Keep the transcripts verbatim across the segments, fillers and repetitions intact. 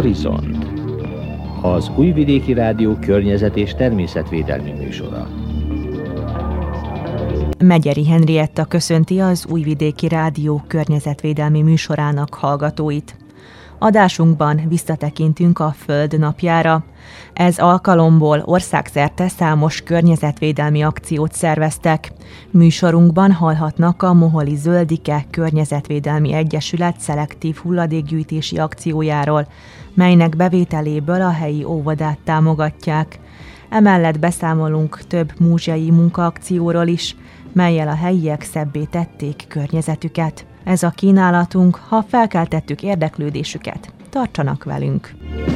Horizont, az Újvidéki Rádió környezet- és természetvédelmi műsora. Megyeri Henrietta köszönti az Újvidéki Rádió környezetvédelmi műsorának hallgatóit. Adásunkban visszatekintünk a Föld napjára. Ez alkalomból országszerte számos környezetvédelmi akciót szerveztek. Műsorunkban hallhatnak a Moholi Zöldike Környezetvédelmi Egyesület szelektív hulladékgyűjtési akciójáról, melynek bevételéből a helyi óvodát támogatják. Emellett beszámolunk több múzsiai munkaakcióról is, mellyel a helyiek szebbé tették környezetüket. Ez a kínálatunk, ha felkeltettük érdeklődésüket. Tartsanak velünk!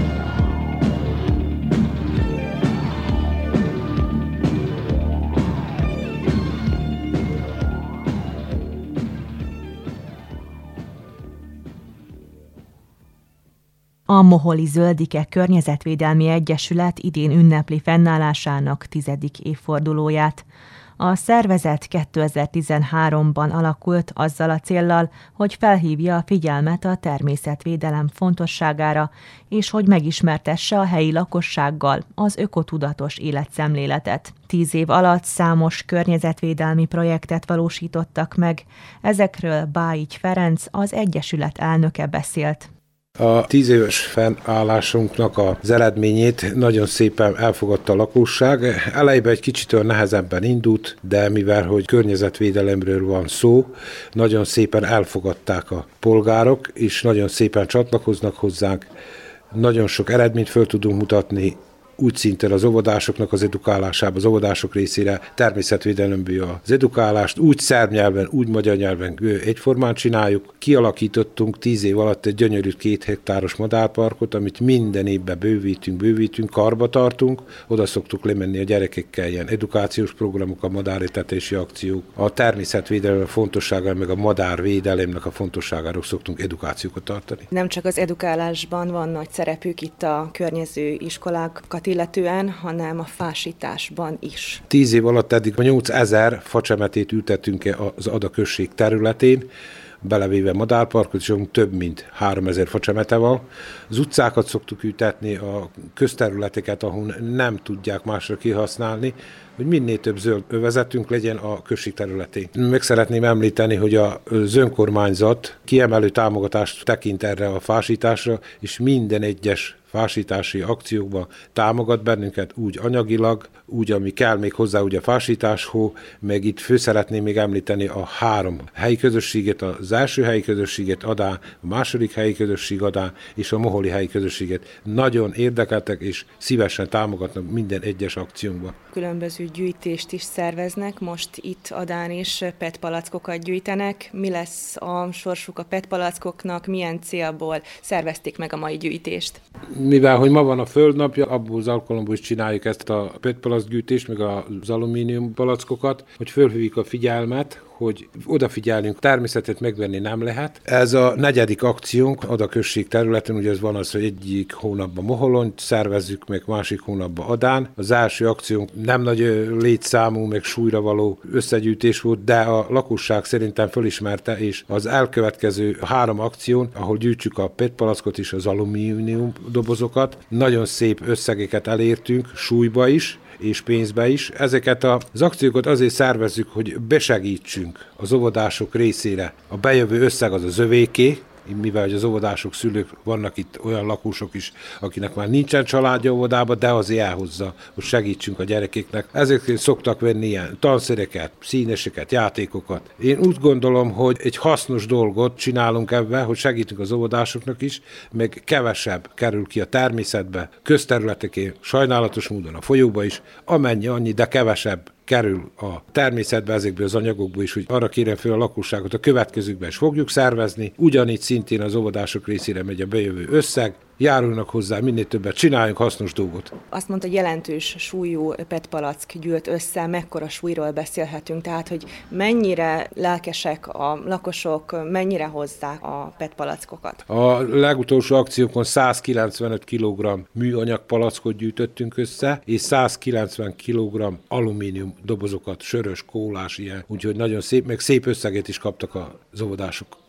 A Moholi Zöldike Környezetvédelmi Egyesület idén ünnepli fennállásának tizedik évfordulóját. A szervezet kétezer-tizenháromban alakult azzal a céllal, hogy felhívja a figyelmet a természetvédelem fontosságára, és hogy megismertesse a helyi lakossággal az ökotudatos életszemléletet. Tíz év alatt számos környezetvédelmi projektet valósítottak meg. Ezekről Bájics Ferenc, az Egyesület elnöke beszélt. A tíz éves fennállásunknak az eredményét nagyon szépen elfogadta a lakosság. Elejében egy kicsit olyan nehezebben indult, de mivel hogy környezetvédelemről van szó, nagyon szépen elfogadták a polgárok, és nagyon szépen csatlakoznak hozzánk. Nagyon sok eredményt föl tudunk mutatni, úgy szintén az óvodásoknak az edukálásába, az óvodások részére természetvédelemből az edukálást, úgy szerb nyelven, úgy magyar nyelven egyformán csináljuk. Kialakítottunk tíz év alatt egy gyönyörű két hektáros madárparkot, amit minden évben bővítünk, bővítünk, karba tartunk. Oda szoktuk lemenni a gyerekekkel ilyen edukációs programok, a madáretetési akciók, a természetvédelem fontosságára, meg a madárvédelemnek a fontosságáról szoktunk edukációkat tartani. Nem csak az edukálásban van nagy szerepük itt a környező iskolákat illetően, hanem a fásításban is. Tíz év alatt eddig nyolcezer facsemetét ültettünk az Ada község területén, belevéve madárparkot, és több mint háromezer facsemete van. Az utcákat szoktuk ültetni, a közterületeket, ahol nem tudják másra kihasználni, hogy minél több zöld övezetünk legyen a község területén. Meg szeretném említeni, hogy az önkormányzat kiemelő támogatást tekint erre a fásításra, és minden egyes fásítási akciókban támogat bennünket, úgy anyagilag, úgy, ami kell még hozzá, ugye a fásításhoz, meg itt fő szeretném még említeni a három helyi közösséget, az első helyi közösséget Adán, a második helyi közösség Adán, és a moholi helyi közösséget. Nagyon érdekeltek, és szívesen támogatnak minden egyes akciónkban. Különböző gyűjtést is szerveznek, most itt Adán is pé é té palackokat gyűjtenek. Mi lesz a sorsuk a pé é té palackoknak, milyen célból szervezték meg a mai gyűjtést? Mivel, hogy ma van a Földnapja, abból az alkalomból is csináljuk ezt a pé é té palackgyűjtést, meg az alumínium palackokat, hogy fölhívjuk a figyelmet, hogy odafigyelünk, természetet megvenni nem lehet. Ez a negyedik akciónk Ada község területen, ugye ez van az, hogy egyik hónapban Moholont szervezzük, meg másik hónapban Adán. Az első akciónk nem nagy létszámú, meg súlyra való összegyűjtés volt, de a lakosság szerintem fölismerte, és az elkövetkező három akción, ahol gyűjtjük a pé é té palackot és az alumínium dobozokat, nagyon szép összegeket elértünk, súlyba is, és pénzbe is. Ezeket az akciókat azért szervezzük, hogy besegítsünk az óvodások részére. A bejövő összeg az az övéké, mivel az óvodások, szülők, vannak itt olyan lakósok is, akinek már nincsen családja óvodába, de azért elhozza, hogy segítsünk a gyerekeknek. Ezért szoktak venni ilyen tanszereket, színeseket, játékokat. Én úgy gondolom, hogy egy hasznos dolgot csinálunk ebben, hogy segítünk az óvodásoknak is, meg kevesebb kerül ki a természetbe, közterületekén, sajnálatos módon a folyóba is, amennyi annyi, de kevesebb kerül a természetbe ezekből az anyagokból is, hogy arra kérem fel a lakosságot, a következőkben is fogjuk szervezni. Ugyanígy szintén az óvodások részére megy a bejövő összeg, járulnak hozzá, minél többet csináljunk hasznos dolgot. Azt mondta, hogy jelentős súlyú pé é té palack gyűlt össze, mekkora súlyról beszélhetünk, tehát hogy mennyire lelkesek a lakosok, mennyire hozzák a pé é té palackokat. A legutolsó akciókon száz kilencvenöt kilogramm műanyag palackot gyűjtöttünk össze, és száz kilencven kilogramm alumínium dobozokat, sörös, kólás, ilyen, úgyhogy nagyon szép, meg szép összeget is kaptak az óvodások.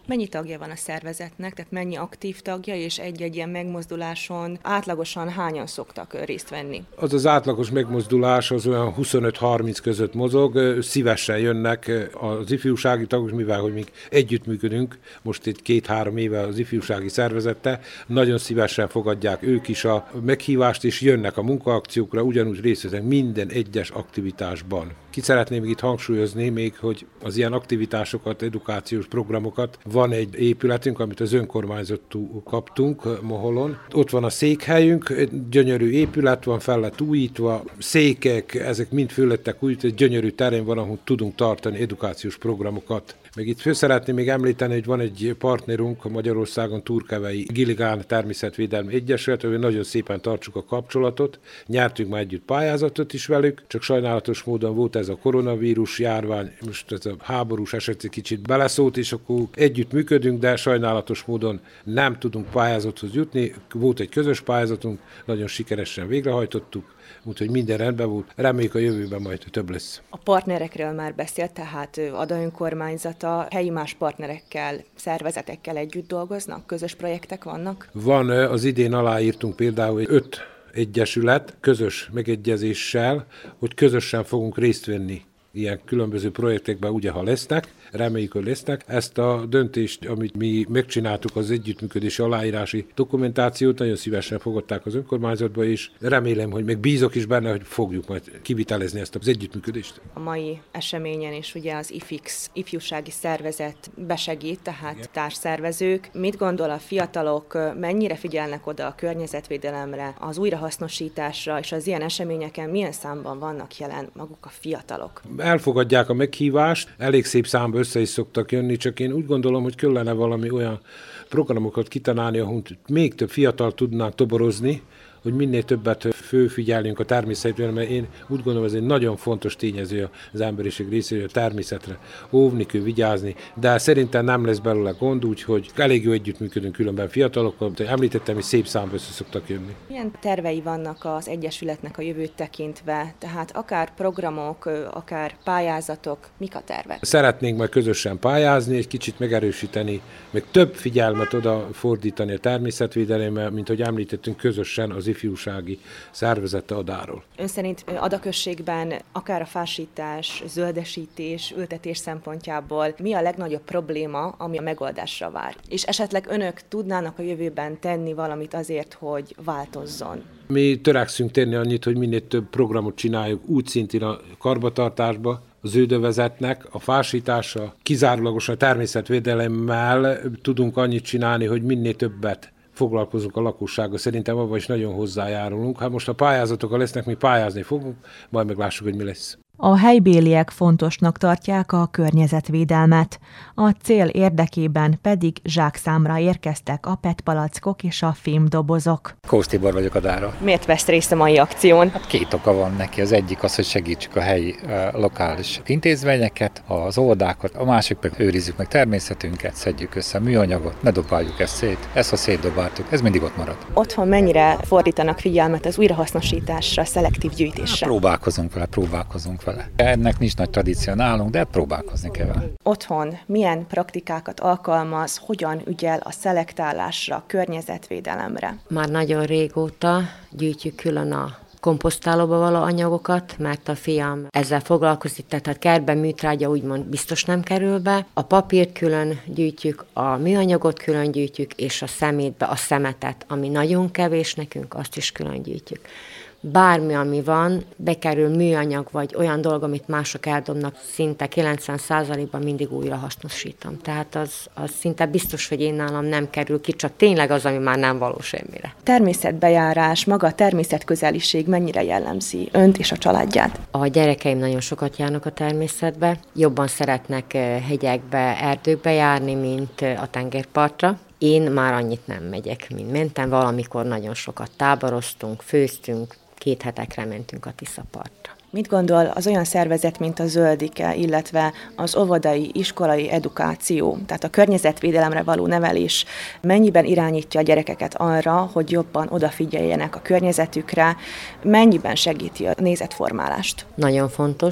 Mennyi tagja van a szervezetnek, tehát mennyi aktív tagja, és egy-egy ilyen megmozduláson átlagosan hányan szoktak részt venni? Az az átlagos megmozdulás az olyan huszonöt-harminc között mozog, szívesen jönnek az ifjúsági tagok, mivel hogy még együttműködünk, most itt két-három éve az ifjúsági szervezete, nagyon szívesen fogadják ők is a meghívást, és jönnek a munkaakciókra, ugyanúgy részt vesznek minden egyes aktivitásban. Ki szeretném itt hangsúlyozni még, hogy az ilyen aktivitásokat, edukációs programokat, van egy épületünk, amit az önkormányzattól kaptunk Moholon. Ott van a székhelyünk, egy gyönyörű épület van, fel lett újítva, székek, ezek mind föl lettek újítva, egy gyönyörű terén van, ahol tudunk tartani edukációs programokat. Meg itt föl szeretném még említeni, hogy van egy partnerünk Magyarországon, Turkevei Giligán Természetvédelmi Egyesület, ahol nagyon szépen tartsuk a kapcsolatot. Nyertünk már együtt pályázatot is velük, csak sajnálatos módon volt ez a koronavírus járvány, most ez a háborús eset egy kicsit beleszólt, és akkor együtt működünk, de sajnálatos módon nem tudunk pályázathoz jutni. Volt egy közös pályázatunk, nagyon sikeresen végrehajtottuk, úgyhogy minden rendben volt. Reméljük a jövőben majd több lesz. A partnerekről már beszélt, tehát Ada önkormányzata helyi más partnerekkel, szervezetekkel együtt dolgoznak? Közös projektek vannak? Van, az idén aláírtunk például öt egyesület közös megegyezéssel, hogy közösen fogunk részt venni ilyen különböző projektekben, ugye, ha lesznek, reméljük, hogy lesznek. Ezt a döntést, amit mi megcsináltuk, az együttműködési aláírási dokumentációt, nagyon szívesen fogadták az önkormányzatba, és remélem, hogy meg bízok is benne, hogy fogjuk majd kivitelezni ezt az együttműködést. A mai eseményen is ugye az i ef i iksz, ifjúsági szervezet besegít, tehát igen, társszervezők. Mit gondol a fiatalok, mennyire figyelnek oda a környezetvédelemre, az újrahasznosításra, és az ilyen eseményeken milyen számban vannak jelen maguk a fiatalok? Elfogadják a meghívást, elég szép számba össze is szoktak jönni, csak én úgy gondolom, hogy kellene valami olyan programokat kitalálni, ahol még több fiatal tudnánk toborozni, hogy minél többet fölfigyeljünk a természetre, mert én úgy gondolom, ez egy nagyon fontos tényező az emberiség részéről, a természetre óvni kell, vigyázni, de szerintem nem lesz belőle gond, úgyhogy elég jó együttműködünk különben fiatalokkal. Említettem, hogy szép számba össze szoktak jönni. Milyen tervei vannak az Egyesületnek a jövőt tekintve? Tehát akár programok, akár pályázatok, mik a tervek? Szeretnénk majd közösen pályázni, egy kicsit megerősíteni, meg több figyelmet oda fordítani a természetvédelemre, mint hogy említettünk, közösen az ifjúsági szervezete Adáról. Ön szerint Ada községben akár a fásítás, zöldesítés, ültetés szempontjából mi a legnagyobb probléma, ami a megoldásra vár? És esetleg önök tudnának a jövőben tenni valamit azért, hogy változzon? Mi törekszünk tenni annyit, hogy minél több programot csináljuk úgy szintén a karbantartásba, az ődövezetnek, a fásítása, kizárólagosan a természetvédelemmel tudunk annyit csinálni, hogy minél többet foglalkozunk a lakossággal, szerintem abban is nagyon hozzájárulunk. Hát most a pályázatokkal lesznek, mi pályázni fogunk, majd meglássuk, hogy mi lesz. A helybéliek fontosnak tartják a környezetvédelmet. A cél érdekében pedig zsákszámra érkeztek a pé é té palackok és a fémdobozok. Kósz Tibor vagyok Adáról. Miért vesz részt a mai akción? Hát két oka van neki. Az egyik az, hogy segítsük a helyi lokális intézményeket, az óvodákat, a másik meg őrizzük meg természetünket, szedjük össze a műanyagot, ne dobáljuk ezt szét. Ezt, ha szétdobáltuk, ez mindig ott marad. Otthon mennyire fordítanak figyelmet az újrahasznosításra, szelektív gyűjtésre? Próbálkozunk vele, próbálkozunk vele. Ennek nincs nagy tradíció nálunk, de próbálkozni kell vele. Otthon milyen praktikákat alkalmaz, hogyan ügyel a szelektálásra, környezetvédelemre? Már nagyon régóta gyűjtjük külön a komposztálóba való anyagokat, mert a fiam ezzel foglalkozik, tehát a kertben műtrágya úgymond biztos nem kerül be. A papírt külön gyűjtjük, a műanyagot külön gyűjtjük, és a szemétbe a szemetet, ami nagyon kevés nekünk, azt is külön gyűjtjük. Bármi, ami van, bekerül műanyag, vagy olyan dolog, amit mások eldobnak, szinte kilencven százalékban mindig újra hasznosítom. Tehát az, az szinte biztos, hogy én nálam nem kerül ki, csak tényleg az, ami már nem való semmire. Természetbejárás, maga a természetközeliség mennyire jellemzi önt és a családját? A gyerekeim nagyon sokat járnak a természetbe, jobban szeretnek hegyekbe, erdőkbe járni, mint a tengerpartra. Én már annyit nem megyek, mint mentem. Valamikor nagyon sokat táboroztunk, főztünk, két hetekre mentünk a Tiszapartra. Mit gondol az olyan szervezet, mint a Zöldike, illetve az óvodai, iskolai edukáció, tehát a környezetvédelemre való nevelés, mennyiben irányítja a gyerekeket arra, hogy jobban odafigyeljenek a környezetükre, mennyiben segíti a nézetformálást? Nagyon fontos.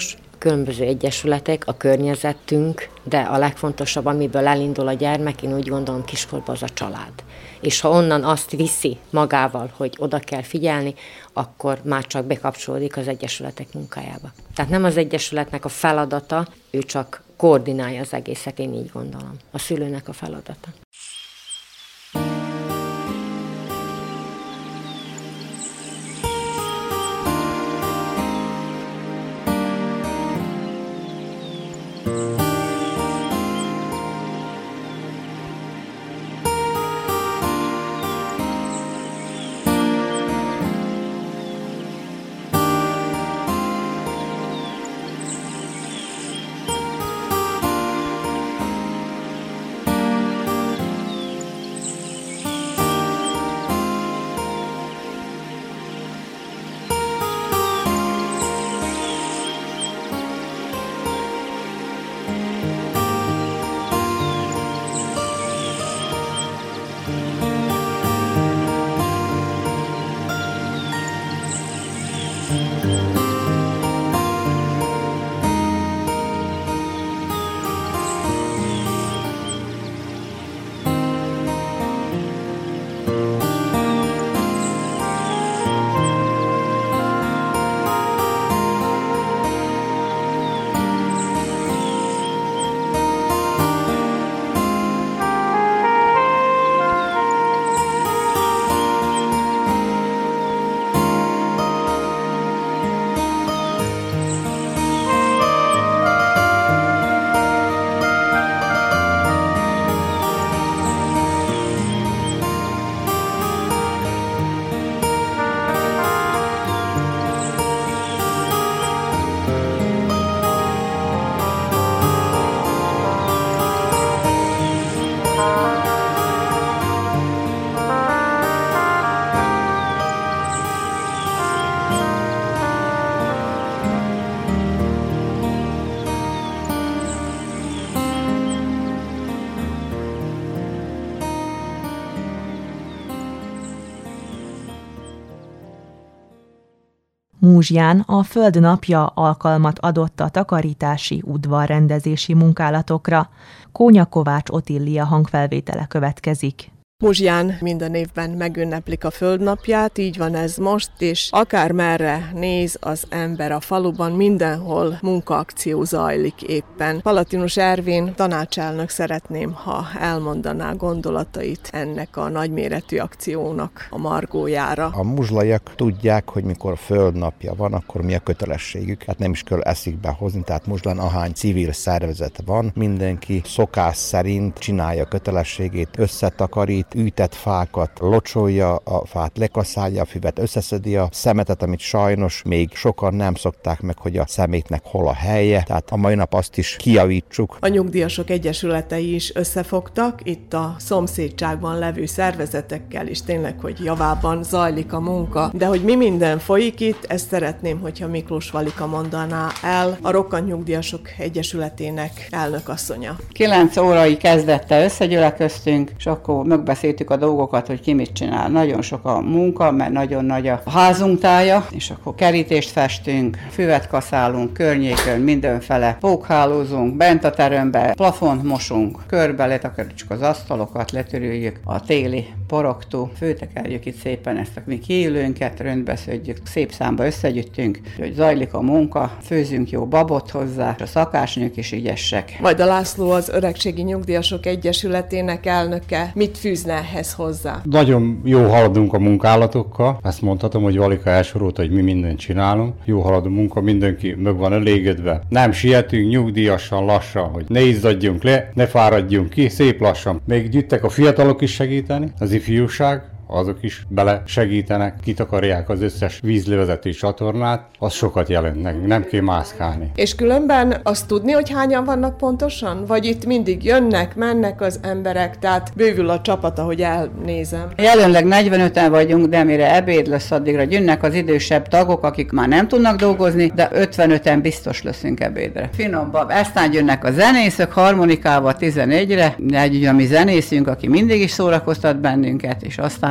különböző egyesületek, a környezetünk, de a legfontosabb, amiből elindul a gyermek, én úgy gondolom kiskorban az a család. És ha onnan azt viszi magával, hogy oda kell figyelni, akkor már csak bekapcsolódik az egyesületek munkájába. Tehát nem az egyesületnek a feladata, ő csak koordinálja az egészet, én így gondolom. A szülőnek a feladata. Múzsján a Föld napja alkalmat adott a takarítási, udvarrendezési munkálatokra. Kónya Kovács Otília hangfelvétele következik. Múzsján minden évben megünneplik a Földnapját, így van ez most, és akármerre néz az ember a faluban, mindenhol munkaakció zajlik éppen. Palatinus Ervin tanácselnök szeretném, ha elmondaná gondolatait ennek a nagyméretű akciónak a margójára. A muzslaiak tudják, hogy mikor Földnapja van, akkor mi a kötelességük. Hát nem is kell eszükbe hozni, tehát Muzslán ahány civil szervezet van, mindenki szokás szerint csinálja a kötelességét, összetakarít, űtett fákat, locsolja a fát, lekaszálja a füvet, összeszedi a szemetet, amit sajnos még sokan nem szokták meg, hogy a szemétnek hol a helye, tehát a mai nap azt is kijavítsuk. A nyugdíjasok egyesületei is összefogtak, itt a szomszédságban levő szervezetekkel is tényleg, hogy javában zajlik a munka, de hogy mi minden folyik itt, ezt szeretném, hogyha Miklós Valika mondaná el, a Rokkant Nyugdíjasok Egyesületének elnökasszonya. kilenc órai kezdettel összegyülekeztünk, és akkor megbeszéltük a dolgokat, hogy ki mit csinál. Nagyon sok a munka, mert nagyon nagy a házunk tája, és akkor kerítést festünk, füvet kaszálunk, környékön mindenfele, pókhálózunk, bent a terembe, plafont mosunk, körbe letakarítjuk az asztalokat, letörüljük a téli poroktól, főtekerjük itt szépen ezt a mi kiélőnket, röntbeszedjük, szép számba összegyűjtünk, hogy zajlik a munka, főzünk jó babot hozzá, és a szakásnők is ügyesek. Majd a László, az Öregségi Nyugdíjasok Egyesületének elnöke, mit fűzne ehhez hozzá? Nagyon jó haladunk a munkálatokkal, ezt mondhatom, hogy Valika elsorolta, hogy mi mindent csinálunk. Jó halad a munka, mindenki meg van elégedve. Nem sietünk, nyugdíjasan, lassan, hogy ne izzadjunk le, ne fáradjunk ki, szép lassan. Még gyűjtek a fiatalok is segíteni, az ifjúság, azok is bele segítenek, kitakarják az összes vízlevezető csatornát, az sokat jelent nekünk, nem kell mászkálni. És különben azt tudni, hogy hányan vannak pontosan? Vagy itt mindig jönnek, mennek az emberek, tehát bővül a csapat, ahogy elnézem. Jelenleg negyvenöten vagyunk, de mire ebéd lesz, addigra jönnek az idősebb tagok, akik már nem tudnak dolgozni, de ötvenöten biztos leszünk ebédre. Finomabb, aztán jönnek a zenészek, harmonikával tizenegyre, egy a mi zenészünk, aki mindig is szórakoztat bennünket, és aztán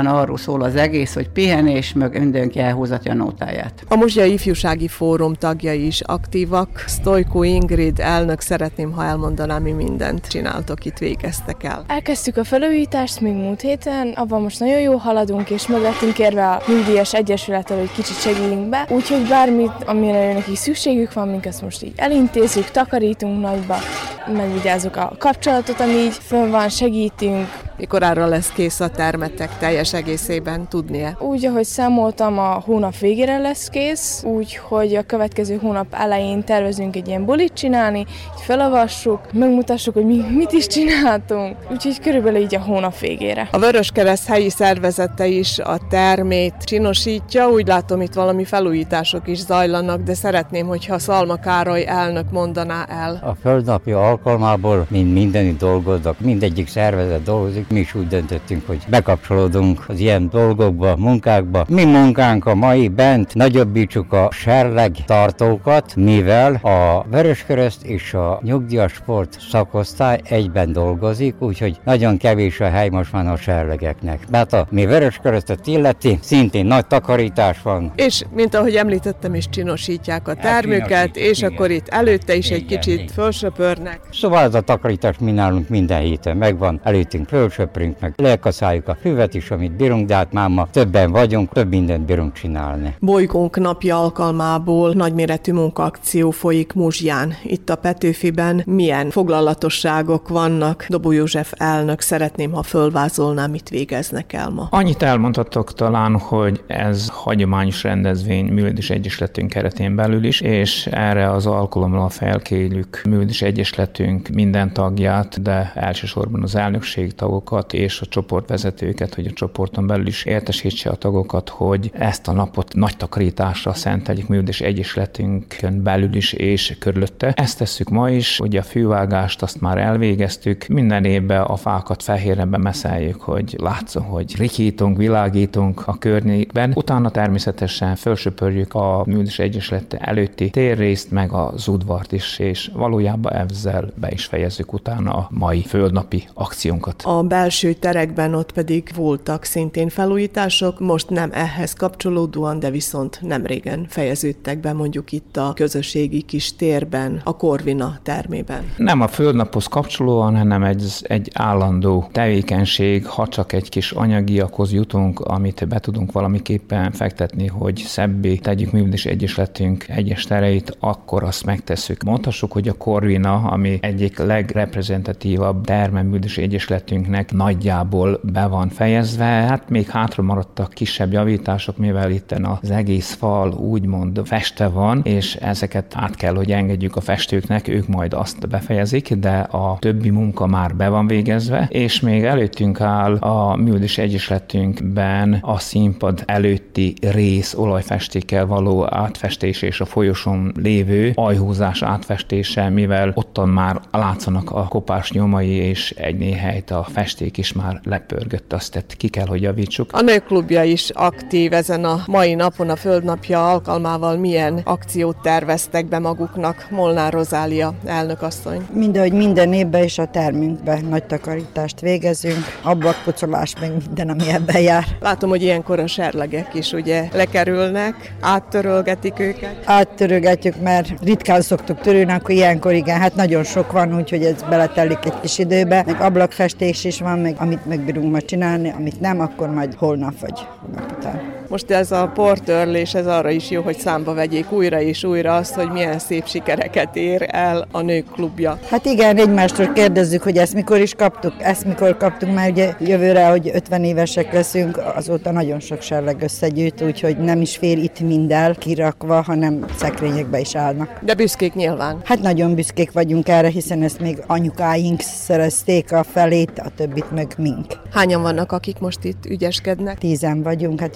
utána arról szól az egész, hogy pihenés, meg mindenki elhúzatja a nótáját. A Muzsiai Ifjúsági Fórum tagjai is aktívak. Sztojkó Ingrid elnök, szeretném, ha elmondanám, mi mindent csináltok, itt végeztek el. Elkezdtük a felújítást még múlt héten, abban most nagyon jó haladunk, és meg lettünk kérve a Nyugdíjas Egyesülettel, hogy kicsit segítsünk be. Úgyhogy bármit, amire nekik szükségük van, minket most így elintézzük, takarítunk nagyba, megvigyázzuk a kapcsolatot, ami így fönn van, segítünk. Mikorára lesz kész a termetek teljes egészében, tudnia? Úgy, ahogy számoltam, a hónap végére lesz kész, úgyhogy a következő hónap elején tervezünk egy ilyen bulit csinálni, így felavassuk, megmutassuk, hogy mi mit is csináltunk, úgyhogy körülbelül így a hónap végére. A Vöröskereszt helyi szervezete is a termét csinosítja, úgy látom, itt valami felújítások is zajlanak, de szeretném, hogyha Szalma Károly elnök mondaná el. A földnapja alkalmából mind mindenütt dolgoznak, mindegyik szervezet dolgozik. Mi is úgy döntöttünk, hogy bekapcsolódunk az ilyen dolgokba, munkákba. Mi munkánk a mai bent nagyobbítsuk a serlegtartókat, mivel a Vöröskereszt és a nyugdíjas sport szakosztály egyben dolgozik, úgyhogy nagyon kevés a hely most már a serlegeknek. Hát a mi Vöröskeresztet illeti, szintén nagy takarítás van. És mint ahogy említettem is, csinosítják a termüket, és igen. Akkor itt előtte is igen, egy kicsit igen. Fölsöpörnek. Szóval ez a takarítás mi nálunk minden héten megvan, előttünk fölsöprünk, meg lelkaszáljuk a füvet is, amit bírunk, de hát már ma többen vagyunk, több mindent bírunk csinálni. Bolygónk napja alkalmából nagyméretű munkaakció folyik Muzsján. Itt a Petőfiben milyen foglalatosságok vannak? Dobó József elnök, szeretném, ha fölvázolnám, mit végeznek el ma. Annyit elmondhatok talán, hogy ez hagyományos rendezvény Művelődés Egyesületünk keretén belül is, és erre az alkalommal felkérjük Művelődés Egyesületünk minden tagját, de elsősorban az elnökség tagokat és a csoportvezetőket, hogy a csoporton belül is értesítse a tagokat, hogy ezt a napot nagy takarításra szenteljük Művelődés Egyesületünkön belül is és körülötte. Ezt tesszük ma is, ugye a fűvágást azt már elvégeztük, minden évben a fákat fehérre bemeszeljük, hogy látszom, hogy rikítunk, világítunk a környékben. Utána természetesen felsöpörjük a Művelődés Egyesület előtti térrészt, meg az udvart is, és valójában ezzel be is fejezzük utána a mai földnapi akciónkat. A belső terekben ott pedig voltak szintén felújítások, most nem ehhez kapcsolódóan, de viszont nem régen fejeződtek be mondjuk itt a közösségi kis térben, a Corvina termében. Nem a földnaphoz kapcsolóan, hanem egy, egy állandó tevékenység, ha csak egy kis anyagiakhoz jutunk, amit be tudunk valamiképpen fektetni, hogy szebbé tegyük Művelődés Egyesületünk egyes tereit, akkor azt megtesszük. Mondhassuk, hogy a Corvina, ami egyik legreprezentatívabb terme Művelődés Egyesületünknek nagyjából be van fejezve, hát még hátra maradtak kisebb javítások, mivel itt az egész fal úgymond feste van, és ezeket át kell, hogy engedjük a festőknek, ők majd azt befejezik, de a többi munka már be van végezve, és még előttünk áll a Művelődés Egyesületünkben a színpad előtti rész olajfestékkel való átfestés és a folyosón lévő ajhúzás átfestése, mivel ottan már látszanak a kopás nyomai, és egy néhelyt a festék is már lepörgött, azt tehát ki kell, hogy javítsuk. A Nőklubja is aktív ezen a mai napon, a Földnapja alkalmával. Milyen akciót terveztek be maguknak? Molnár Rozália elnökasszony. Mindehogy minden évben is a termünkben nagy takarítást végezünk, ablakpucolás, meg minden, ami ebben jár. Látom, hogy ilyenkor a serlegek is ugye lekerülnek, áttörölgetik őket. Áttörölgetjük, mert ritkán szoktuk törülni, akkor ilyenkor igen, hát nagyon sok van, úgyhogy ez beletelik egy kis időbe. Meg ablakfestés is van, meg amit megbírunk ma csinálni, amit nem, akkor majd holnap vagy holnap után. Most ez a portörlés, ez arra is jó, hogy számba vegyék újra és újra azt, hogy milyen szép sikereket ér el a Nőklubja. Hát igen, egymástól kérdezzük, hogy ezt mikor is kaptuk, ezt mikor kaptuk, mert ugye jövőre, hogy ötven évesek leszünk, azóta nagyon sok serleg összegyűjt, úgyhogy nem is fér itt minden kirakva, hanem szekrényekbe is állnak. De büszkék nyilván. Hát nagyon büszkék vagyunk erre, hiszen ezt még anyukáink szerezték a felét, a többit meg mink. Hányan vannak, akik most itt ügyeskednek? Tízen vagyunk, hát ugye nem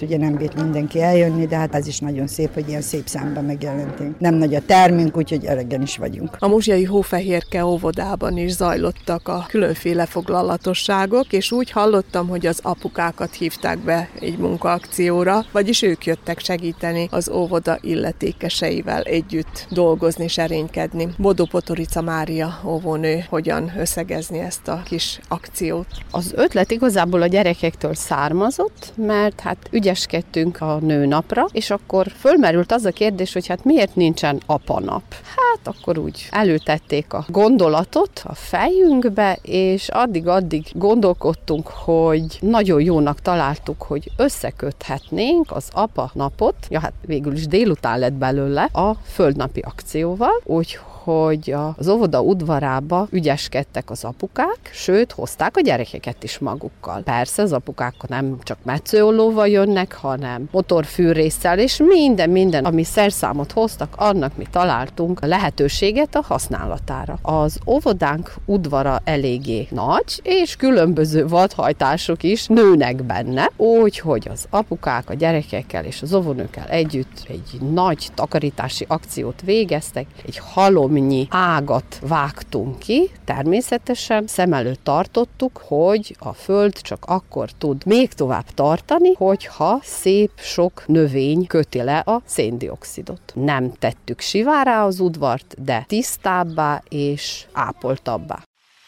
szét mindenki eljönni, de hát ez is nagyon szép, hogy ilyen szép számban megjelentünk. Nem nagy a termünk, úgyhogy elegen is vagyunk. A Muzsiai Hófehérke óvodában is zajlottak a különféle foglalatosságok, és úgy hallottam, hogy az apukákat hívták be egy munkaakcióra, vagyis ők jöttek segíteni az óvoda illetékeseivel együtt dolgozni, serénykedni. Bodó Potorica Mária óvónő hogyan összegezni ezt a kis akciót? Az ötlet igazából a gyerekektől származott, mert hát ügyeskedtünk a nőnapra, és akkor fölmerült az a kérdés, hogy hát miért nincsen apanap? Hát akkor úgy előtették a gondolatot a fejünkbe, és addig-addig gondolkodtunk, hogy nagyon jónak találtuk, hogy összeköthetnénk az apa napot, ja hát végül is délután lett belőle, a földnapi akcióval, úgyhogy hogy az óvoda udvarába ügyeskedtek az apukák, sőt, hozták a gyerekeket is magukkal. Persze, az apukák nem csak metszőollóval jönnek, hanem motorfűrésszel, és minden, minden, ami szerszámot hoztak, annak mi találtunk a lehetőséget a használatára. Az óvodánk udvara eléggé nagy, és különböző vadhajtások is nőnek benne, úgyhogy az apukák a gyerekekkel és az óvónőkkel együtt egy nagy takarítási akciót végeztek, egy halom ágat vágtunk ki, természetesen szem előtt tartottuk, hogy a föld csak akkor tud még tovább tartani, hogyha szép sok növény köti le a széndioxidot. Nem tettük sivárá az udvart, de tisztábbá és ápoltabbá.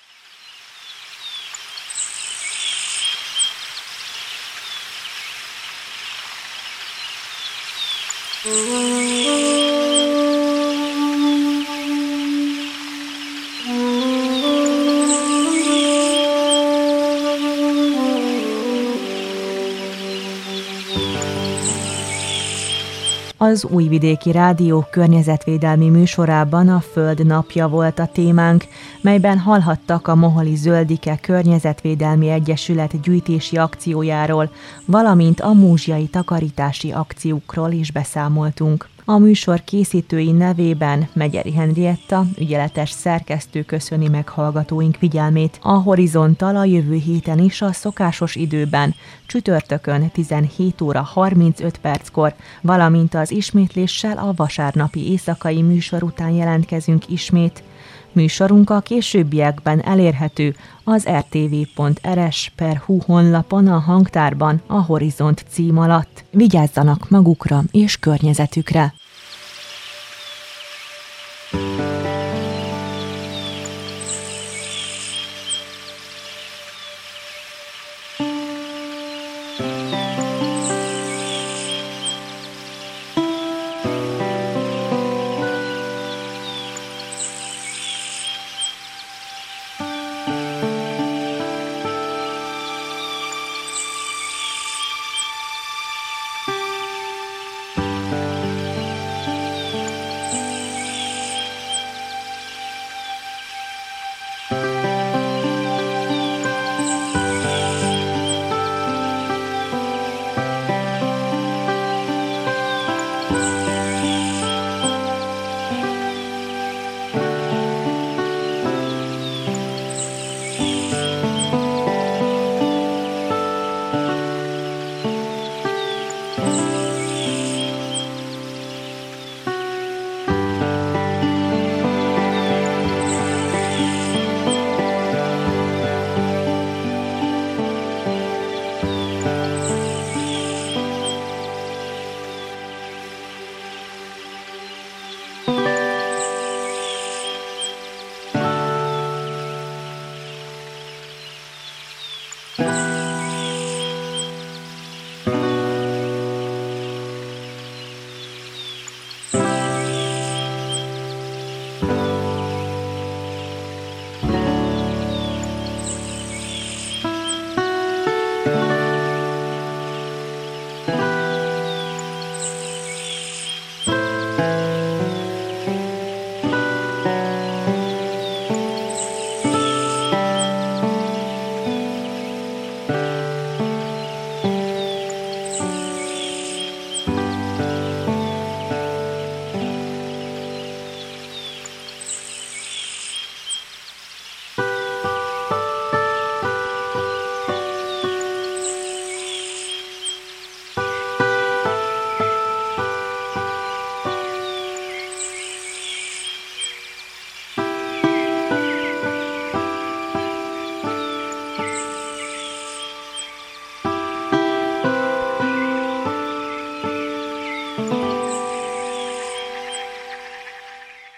Az Újvidéki Rádió környezetvédelmi műsorában a Föld napja volt a témánk, melyben hallhattak a Moholi Zöldike Környezetvédelmi Egyesület gyűjtési akciójáról, valamint a múzsiai takarítási akciókról is beszámoltunk. A műsor készítői nevében Megyeri Henrietta, ügyeletes szerkesztő köszöni meg hallgatóink figyelmét. A Horizonttal a jövő héten is a szokásos időben, csütörtökön tizenhét óra harmincöt perckor, valamint az ismétléssel a vasárnapi éjszakai műsor után jelentkezünk ismét. Műsorunk a későbbiekben elérhető az er té vé pont er es per hú honlapon a hangtárban a Horizont cím alatt. Vigyázzanak magukra és környezetükre!